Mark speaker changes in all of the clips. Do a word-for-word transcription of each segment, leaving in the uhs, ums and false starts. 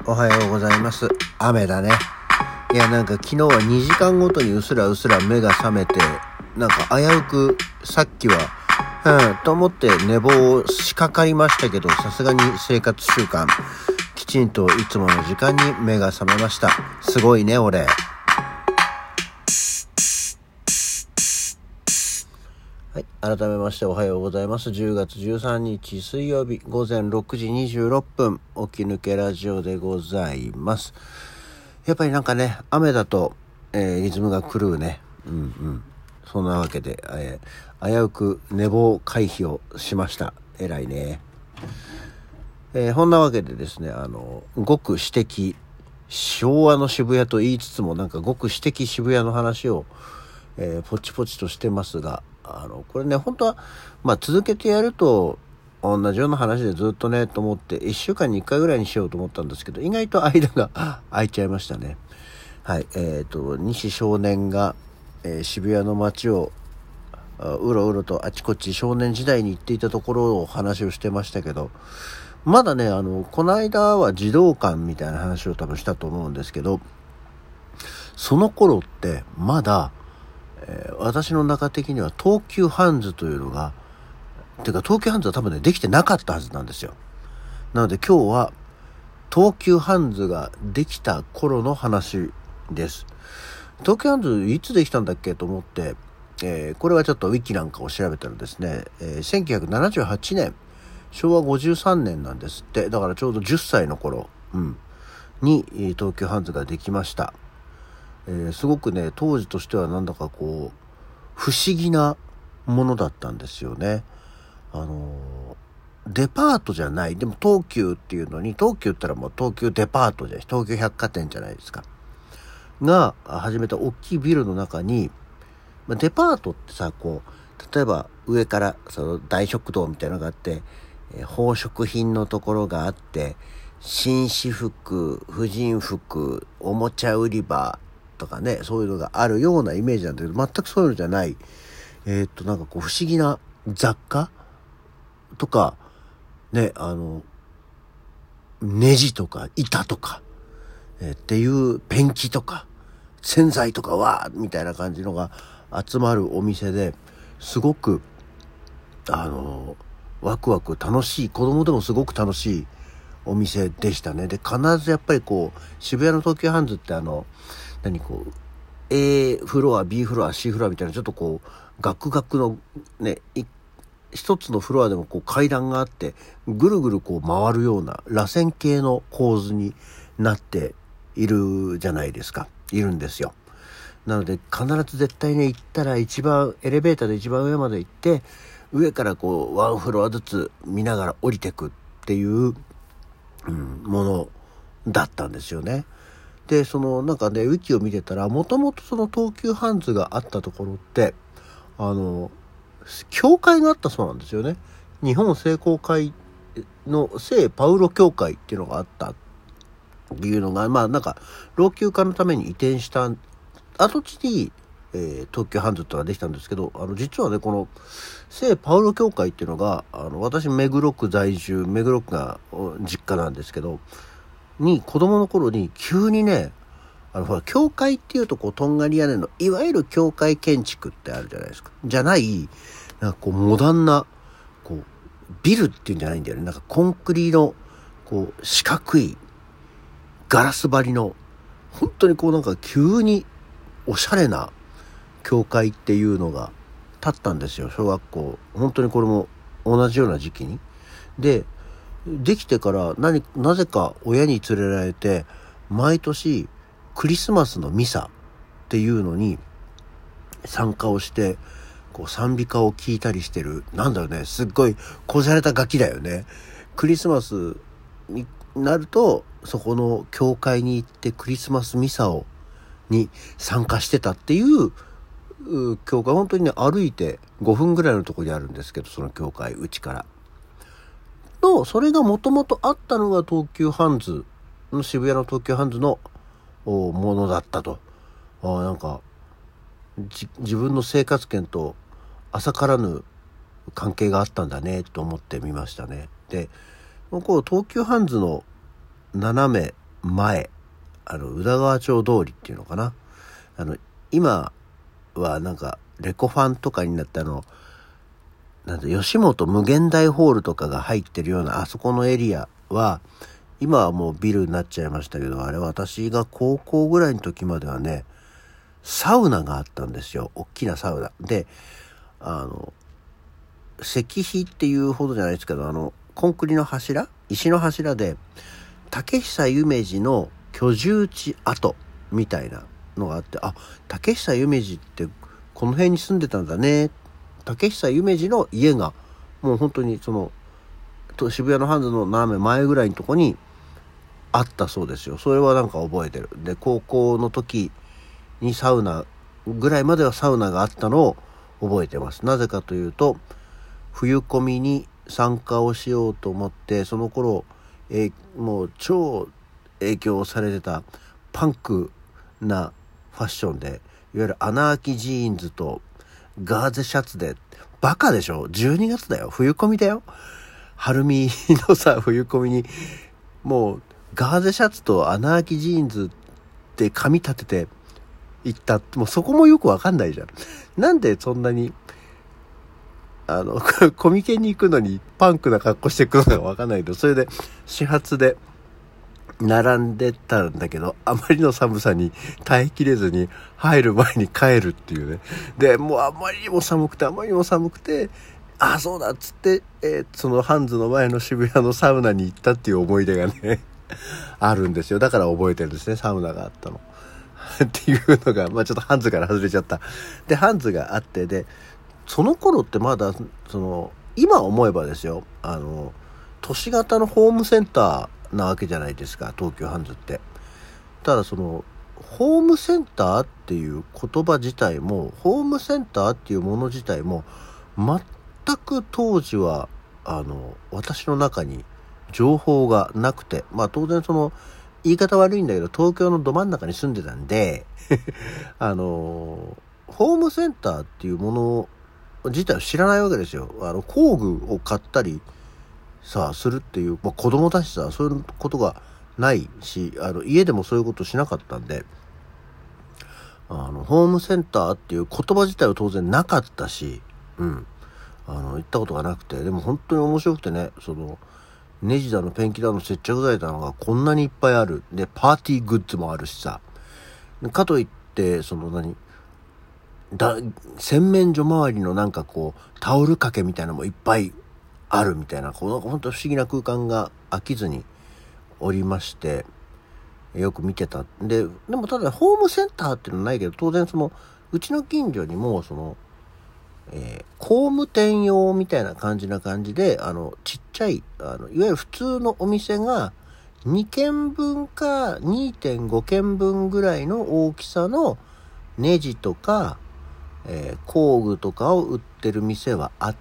Speaker 1: おはようございます。雨だね。いやなんか昨日はにじかんごとにうすらうすら目が覚めて、なんか危うくさっきはうんと思って寝坊をしかかりましたけど、さすがに生活習慣きちんといつもの時間に目が覚めました。すごいね俺。はい、改めましておはようございます。じゅうがつじゅうさんにち水曜日ごぜんろくじにじゅうろっぷん、起き抜けラジオでございます。やっぱりなんかね、雨だと、えー、リズムが狂うね。うんうん。そんなわけで、えー、危うく寝坊回避をしました。偉いね。えー、こんなわけでですね、あのごく私的昭和の渋谷と言いつつも、なんかごく私的渋谷の話を、えー、ポチポチとしてますが、あのこれね本当はまあ続けてやると同じような話でずっとねと思っていっしゅうかんにいっかいぐらいにしようと思ったんですけど、意外と間が空いちゃいましたね。はい、えーと西少年が、えー、渋谷の街をうろうろとあちこち少年時代に行っていたところを話をしてましたけど、まだねあのこの間は児童館みたいな話を多分したと思うんですけど、その頃ってまだえー、私の中的には東急ハンズというのがていうか東急ハンズは多分ねできてなかったはずなんですよ。なので今日は東急ハンズができた頃の話です。東急ハンズいつできたんだっけと思って、えー、これはちょっとウィキなんかを調べたらですね、えー、せんきゅうひゃくななじゅうはちねんしょうわごじゅうさんねんなんですって。だからちょうどじゅっさいの頃、うん、に東急ハンズができました。えー、すごくね当時としてはなんだかこう不思議なものだったんですよね。あのー、デパートじゃない、でも東急っていうのに、東急って言ったらもう東急デパートじゃない、東急百貨店じゃないですかが始めた大きいビルの中に、まあ、デパートってさこう例えば上からその大食堂みたいなのがあって、えー、宝飾品のところがあって、紳士服、婦人服、おもちゃ売り場とかね、そういうのがあるようなイメージなんだけど、全くそういうのじゃない、えー、っとなんかこう不思議な雑貨とかね、あのネジとか板とか、えー、っていうペンキとか洗剤とかわーみたいな感じのが集まるお店で、すごくあのワクワク楽しい、子供でもすごく楽しいお店でしたね。で必ずやっぱりこう渋谷の東急ハンズってあの何こう A フロア B フロア C フロアみたいなちょっとこうガクガクのね一つのフロアでもこう階段があってぐるぐるこう回るような螺旋形の構図になっているじゃないですか。いるんですよ。なので必ず絶対ね行ったら一番エレベーターで一番上まで行って上からこうワンフロアずつ見ながら降りてくっていう、うん、ものだったんですよね。でそのなんかねウィキを見てたら、もともとその東急ハンズがあったところってあの教会があったそうなんですよね。日本聖公会の聖パウロ教会っていうのがあったっていうのが、まあなんか老朽化のために移転した跡地に、えー、東急ハンズってのができたんですけど、あの実はねこの聖パウロ教会っていうのがあの私目黒区在住、目黒区が実家なんですけどに子供の頃に急にね、あのほら教会っていうとこうとんがり屋根のいわゆる教会建築ってあるじゃないですか。じゃないなんかこうモダンなこうビルっていうんじゃないんだよね。なんかコンクリのこう四角いガラス張りの本当にこうなんか急におしゃれな教会っていうのが建ったんですよ、小学校。本当にこれも同じような時期にでできてから何なぜか親に連れられて毎年クリスマスのミサっていうのに参加をしてこう賛美歌を聴いたりしてる。なんだろうね、すっごいこじゃれたガキだよね。クリスマスになるとそこの教会に行ってクリスマスミサをに参加してたっていう教会、本当にね歩いてごふんぐらいのところにあるんですけど、その教会うちからのそれがもともとあったのが東急ハンズの渋谷の東急ハンズのものだったと。あなんか自分の生活圏と浅からぬ関係があったんだねと思ってみましたね。でこう東急ハンズの斜め前、あの宇田川町通りっていうのかな、あの今はなんかレコファンとかになったのなんで吉本無限大ホールとかが入ってるようなあそこのエリアは今はもうビルになっちゃいましたけど、あれ私が高校ぐらいの時まではねサウナがあったんですよ。大きなサウナで、あの石碑っていうほどじゃないですけど、あのコンクリの柱、石の柱で竹久夢二の居住地跡みたいなのがあって、あ、竹久夢二ってこの辺に住んでたんだね。竹久夢二の家がもう本当にその渋谷のハンズの斜め前ぐらいのとこにあったそうですよ。それはなんか覚えてる。で、高校の時にサウナぐらいまではサウナがあったのを覚えてます。なぜかというと、冬コミに参加をしようと思って、その頃、えー、もう超影響されてたパンクなファッションで、いわゆる穴あきジーンズとガーゼシャツで、バカでしょ、じゅうにがつだよ、冬コミだよ、春見のさ冬コミにもうガーゼシャツと穴あきジーンズで髪立てて行った。もうそこもよくわかんないじゃん。なんでそんなにあのコミケに行くのにパンクな格好してくるのかわかんないけど、それで始発で並んでたんだけど、あまりの寒さに耐えきれずに入る前に帰るっていうね。でもうあまりにも寒くてあまりにも寒くて、ああそうだっつって、えー、そのハンズの前の渋谷のサウナに行ったっていう思い出がねあるんですよ。だから覚えてるんですね、サウナがあったのっていうのが、まあちょっとハンズから外れちゃった。でハンズがあって、でその頃ってまだその今思えばですよ、あの都市型のホームセンターなわけじゃないですか、東急ハンズって。ただそのホームセンターっていう言葉自体も、ホームセンターっていうもの自体も全く当時はあの私の中に情報がなくて、まあ当然その言い方悪いんだけど東京のど真ん中に住んでたんであのホームセンターっていうもの自体を知らないわけですよ。あの工具を買ったりさあするっていう、まあ、子供たちさそういうことがないし、あの家でもそういうことしなかったんで、あのホームセンターっていう言葉自体は当然なかったし、うんあの行ったことがなくて、でも本当に面白くてね、そのネジだのペンキだの接着剤だのがこんなにいっぱいある。でパーティーグッズもあるしさ、かといってその何だ洗面所周りのなんかこうタオル掛けみたいなのもいっぱいあるみたいな、この本当不思議な空間が飽きずにおりまして、よく見てた。ででもただホームセンターっていうのはないけど、当然そのうちの近所にもその、えー、工務店用みたいな感じな感じで、あのちっちゃいあのいわゆる普通のお店がにけんぶんか にてんご 軒分ぐらいの大きさのネジとか、えー、工具とかを売ってる店はあって、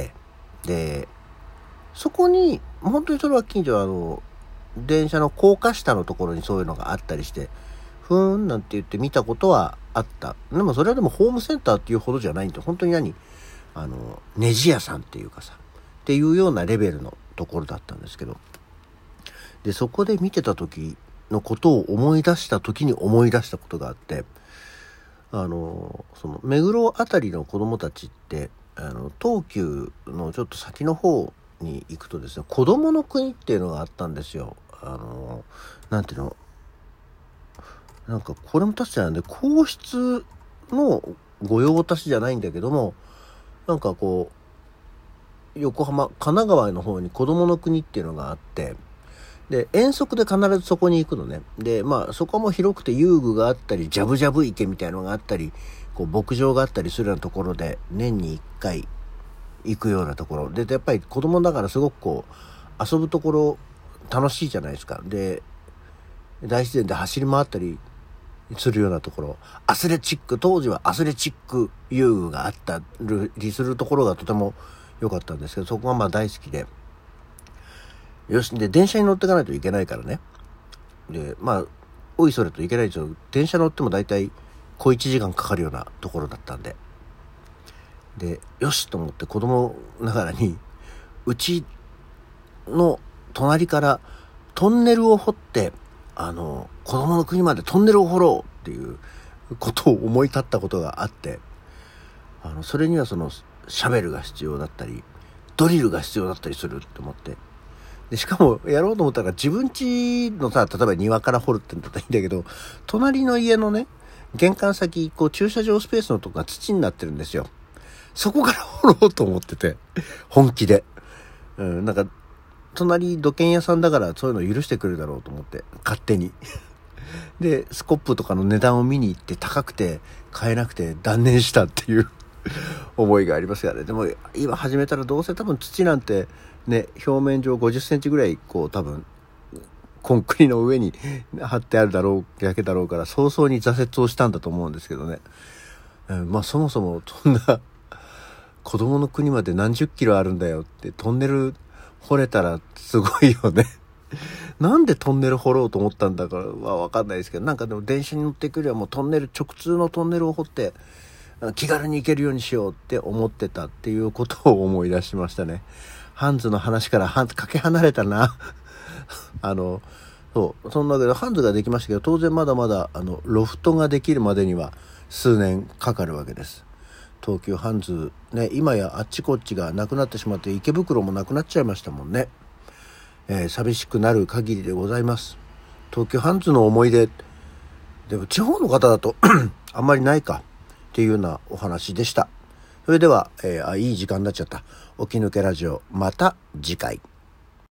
Speaker 1: でそこに本当にそれは近所はあの電車の高架下のところにそういうのがあったりして、ふーんなんて言って見たことはあった。でもそれはでもホームセンターっていうほどじゃないんで、本当に何あのネジ屋さんっていうかさっていうようなレベルのところだったんですけど、でそこで見てた時のことを思い出した時に思い出したことがあって、あのその目黒あたりの子供たちってあの東急のちょっと先の方に行くとですね、子供の国っていうのがあったんですよ。あのなんていうの、なんかこれも確かなんで皇室の御用達じゃないんだけども、なんかこう横浜神奈川の方に子供の国っていうのがあって、で遠足で必ずそこに行くのね。でまあそこも広くて遊具があったりジャブジャブ池みたいなのがあったり、こう牧場があったりするようなところで年にいっかい行くようなところで、やっぱり子供だからすごくこう遊ぶところ楽しいじゃないですか。で大自然で走り回ったりするようなところ、アスレチック、当時はアスレチック遊具があったりするところがとても良かったんですけど、そこがまあ大好きで、よしで電車に乗っていかないといけないからね。でまあおいそれといけないんですよ。電車乗ってもだいたい小いちじかんかかるようなところだったんで、でよしと思って子供ながらにうちの隣からトンネルを掘ってあの子供の国までトンネルを掘ろうっていうことを思い立ったことがあって、あのそれにはそのシャベルが必要だったりドリルが必要だったりするって思って、でしかもやろうと思ったら自分家のさ、例えば庭から掘るってんだったらいいんだけど、隣の家のね玄関先こう駐車場スペースのとこが土になってるんですよ。そこから掘ろうと思ってて、本気で、うん、なんか隣土建屋さんだからそういうの許してくれるだろうと思って勝手にでスコップとかの値段を見に行って高くて買えなくて断念したっていう思いがありますがね。でも今始めたらどうせ多分土なんてね、表面上ごじゅっセンチぐらいこう多分コンクリの上に貼ってあるだろうだけだろうから、早々に挫折をしたんだと思うんですけどね、うん、まあそもそもそんな子供の国まで何十キロあるんだよってトンネル掘れたらすごいよねなんでトンネル掘ろうと思ったんだかは分かんないですけど、なんかでも電車に乗っていくよりはもうトンネル直通のトンネルを掘って気軽に行けるようにしようって思ってたっていうことを思い出しましたね。ハンズの話からはかけ離れたなあのそうそんなわけでハンズができましたけど、当然まだまだあのロフトができるまでには数年かかるわけです。東急ハンズね、今やあっちこっちがなくなってしまって、池袋もなくなっちゃいましたもんね。えー、寂しくなる限りでございます。東急ハンズの思い出でも地方の方だとあんまりないかっていうようなお話でした。それでは、えー、あいい時間になっちゃった。起き抜けラジオ、また次回。